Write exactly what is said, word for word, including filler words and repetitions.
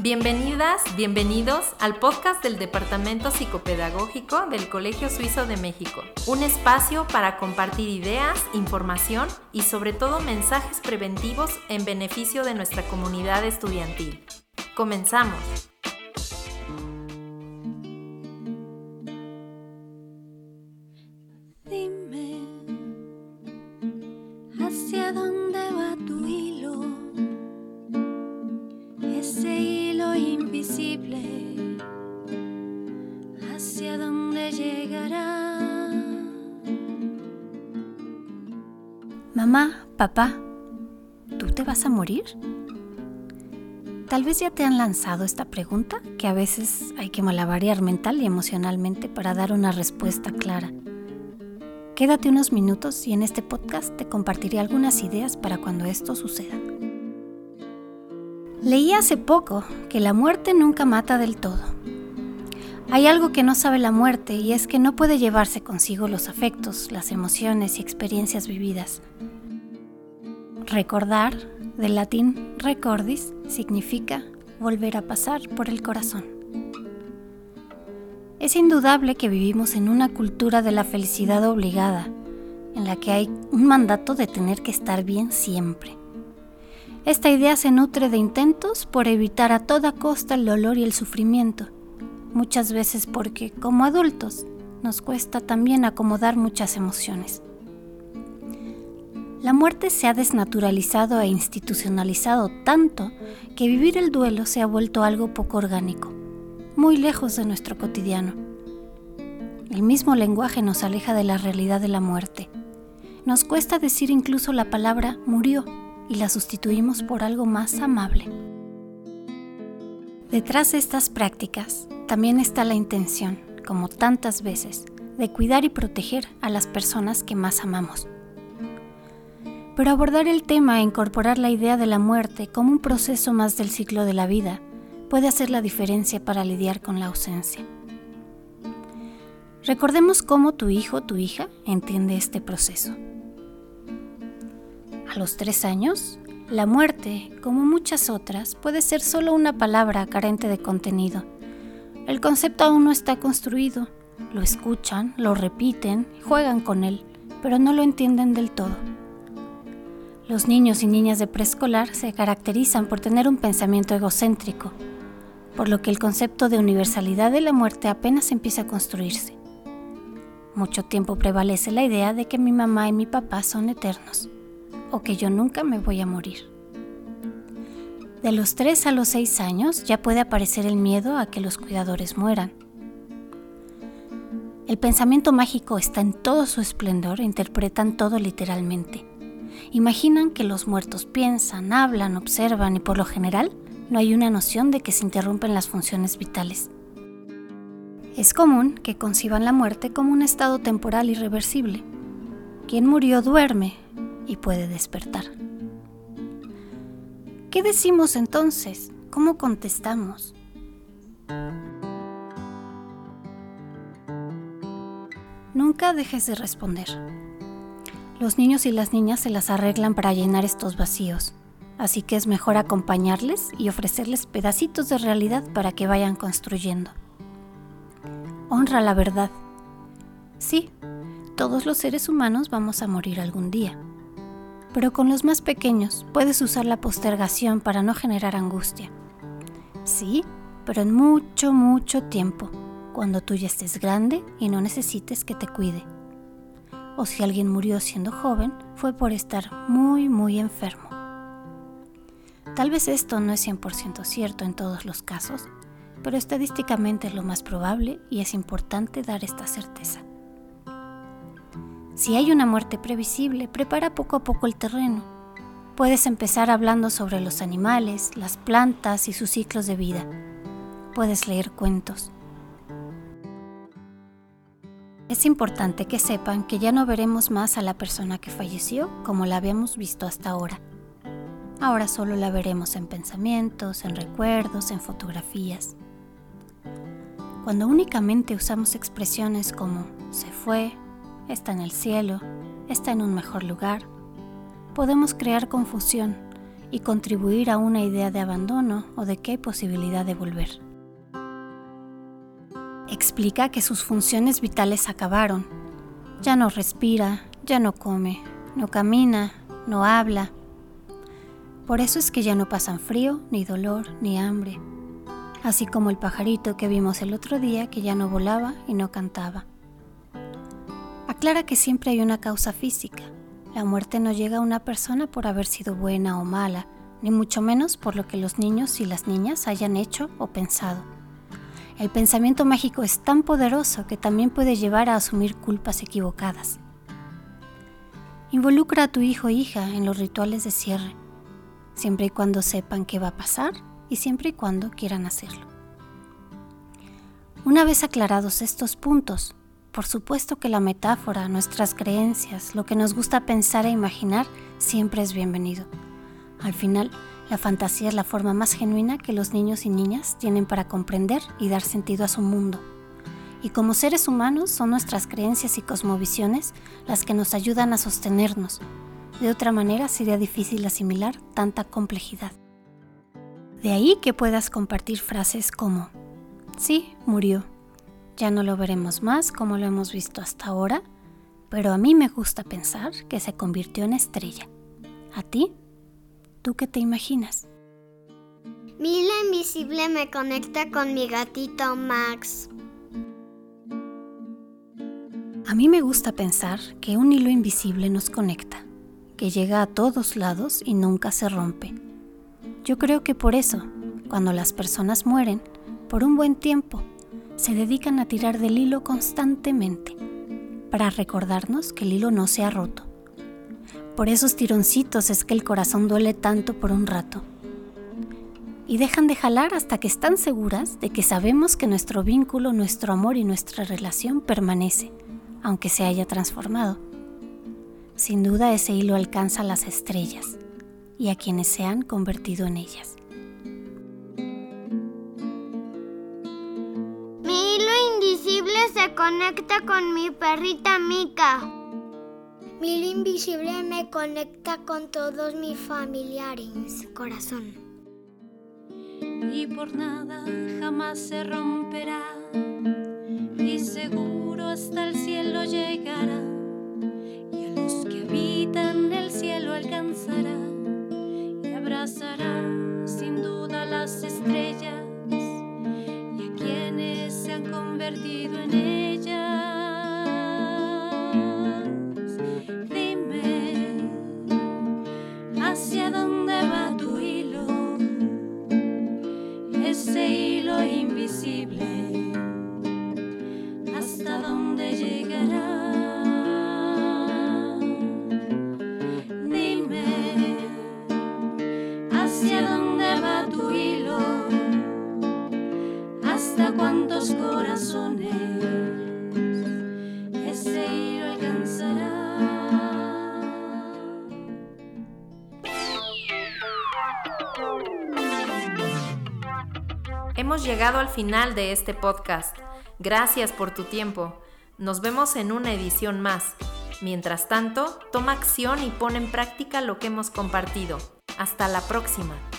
Bienvenidas, bienvenidos al podcast del Departamento Psicopedagógico del Colegio Suizo de México. Un espacio para compartir ideas, información y sobre todo mensajes preventivos en beneficio de nuestra comunidad estudiantil. Comenzamos. Dime, ¿hacia dónde va tu hilo? Ese hilo invisible, ¿hacia dónde llegará? Mamá, papá, ¿tú te vas a morir? Tal vez ya te han lanzado esta pregunta, que a veces hay que malabarear mental y emocionalmente para dar una respuesta clara. Quédate unos minutos y en este podcast te compartiré algunas ideas para cuando esto suceda. Leí hace poco que la muerte nunca mata del todo. Hay algo que no sabe la muerte y es que no puede llevarse consigo los afectos, las emociones y experiencias vividas. Recordar, del latín recordis, significa volver a pasar por el corazón. Es indudable que vivimos en una cultura de la felicidad obligada, en la que hay un mandato de tener que estar bien siempre. Esta idea se nutre de intentos por evitar a toda costa el dolor y el sufrimiento, muchas veces porque, como adultos, nos cuesta también acomodar muchas emociones. La muerte se ha desnaturalizado e institucionalizado tanto que vivir el duelo se ha vuelto algo poco orgánico, muy lejos de nuestro cotidiano. El mismo lenguaje nos aleja de la realidad de la muerte. Nos cuesta decir incluso la palabra murió y la sustituimos por algo más amable. Detrás de estas prácticas también está la intención, como tantas veces, de cuidar y proteger a las personas que más amamos. Pero abordar el tema e incorporar la idea de la muerte como un proceso más del ciclo de la vida puede hacer la diferencia para lidiar con la ausencia. Recordemos cómo tu hijo o tu hija entiende este proceso. A los tres años, la muerte, como muchas otras, puede ser solo una palabra carente de contenido. El concepto aún no está construido. Lo escuchan, lo repiten, juegan con él, pero no lo entienden del todo. Los niños y niñas de preescolar se caracterizan por tener un pensamiento egocéntrico, por lo que el concepto de universalidad de la muerte apenas empieza a construirse. Mucho tiempo prevalece la idea de que mi mamá y mi papá son eternos, o que yo nunca me voy a morir. De los tres a los seis años ya puede aparecer el miedo a que los cuidadores mueran. El pensamiento mágico está en todo su esplendor e interpretan todo literalmente. Imaginan que los muertos piensan, hablan, observan y por lo general no hay una noción de que se interrumpen las funciones vitales. Es común que conciban la muerte como un estado temporal irreversible. Quien murió duerme y puede despertar. ¿Qué decimos entonces? ¿Cómo contestamos? Nunca dejes de responder. Los niños y las niñas se las arreglan para llenar estos vacíos, así que es mejor acompañarles y ofrecerles pedacitos de realidad para que vayan construyendo. Honra la verdad. Sí, todos los seres humanos vamos a morir algún día. Pero con los más pequeños puedes usar la postergación para no generar angustia. Sí, pero en mucho, mucho tiempo, cuando tú ya estés grande y no necesites que te cuide. O si alguien murió siendo joven, fue por estar muy, muy enfermo. Tal vez esto no es cien por ciento cierto en todos los casos, pero estadísticamente es lo más probable y es importante dar esta certeza. Si hay una muerte previsible, prepara poco a poco el terreno. Puedes empezar hablando sobre los animales, las plantas y sus ciclos de vida. Puedes leer cuentos. Es importante que sepan que ya no veremos más a la persona que falleció como la habíamos visto hasta ahora. Ahora solo la veremos en pensamientos, en recuerdos, en fotografías. Cuando únicamente usamos expresiones como se fue, está en el cielo, está en un mejor lugar, podemos crear confusión y contribuir a una idea de abandono o de que hay posibilidad de volver. Explica que sus funciones vitales acabaron. Ya no respira, ya no come, no camina, no habla. Por eso es que ya no pasan frío, ni dolor, ni hambre. Así como el pajarito que vimos el otro día que ya no volaba y no cantaba. Aclara que siempre hay una causa física. La muerte no llega a una persona por haber sido buena o mala, ni mucho menos por lo que los niños y las niñas hayan hecho o pensado. El pensamiento mágico es tan poderoso que también puede llevar a asumir culpas equivocadas. Involucra a tu hijo o hija en los rituales de cierre, siempre y cuando sepan qué va a pasar y siempre y cuando quieran hacerlo. Una vez aclarados estos puntos, por supuesto que la metáfora, nuestras creencias, lo que nos gusta pensar e imaginar, siempre es bienvenido. Al final, la fantasía es la forma más genuina que los niños y niñas tienen para comprender y dar sentido a su mundo. Y como seres humanos son nuestras creencias y cosmovisiones las que nos ayudan a sostenernos. De otra manera sería difícil asimilar tanta complejidad. De ahí que puedas compartir frases como: sí, murió. Ya no lo veremos más como lo hemos visto hasta ahora, pero a mí me gusta pensar que se convirtió en estrella. ¿A ti? ¿Tú qué te imaginas? Mi hilo invisible me conecta con mi gatito Max. A mí me gusta pensar que un hilo invisible nos conecta, que llega a todos lados y nunca se rompe. Yo creo que por eso, cuando las personas mueren, por un buen tiempo, se dedican a tirar del hilo constantemente, para recordarnos que el hilo no se ha roto. Por esos tironcitos es que el corazón duele tanto por un rato. Y dejan de jalar hasta que están seguras de que sabemos que nuestro vínculo, nuestro amor y nuestra relación permanece, aunque se haya transformado. Sin duda ese hilo alcanza las estrellas y a quienes se han convertido en ellas. Mi hilo invisible se conecta con mi perrita Mika. Mi hilo invisible me conecta con todos mis familiares, corazón. Y por nada jamás se romperá, y seguro hasta el cielo llegará, y a los que habitan el cielo alcanzará, y abrazará sin duda las estrellas, y a quienes se han convertido en ellas. Dime, ¿hacia dónde va tu hilo? Ese hilo invisible, ¿hasta dónde llegará? Dime, ¿hacia dónde va tu hilo? ¿Hasta cuántos corazones ese hilo alcanzará? Hemos llegado al final de este podcast. Gracias por tu tiempo. Nos vemos en una edición más. Mientras tanto, toma acción y pon en práctica lo que hemos compartido. Hasta la próxima.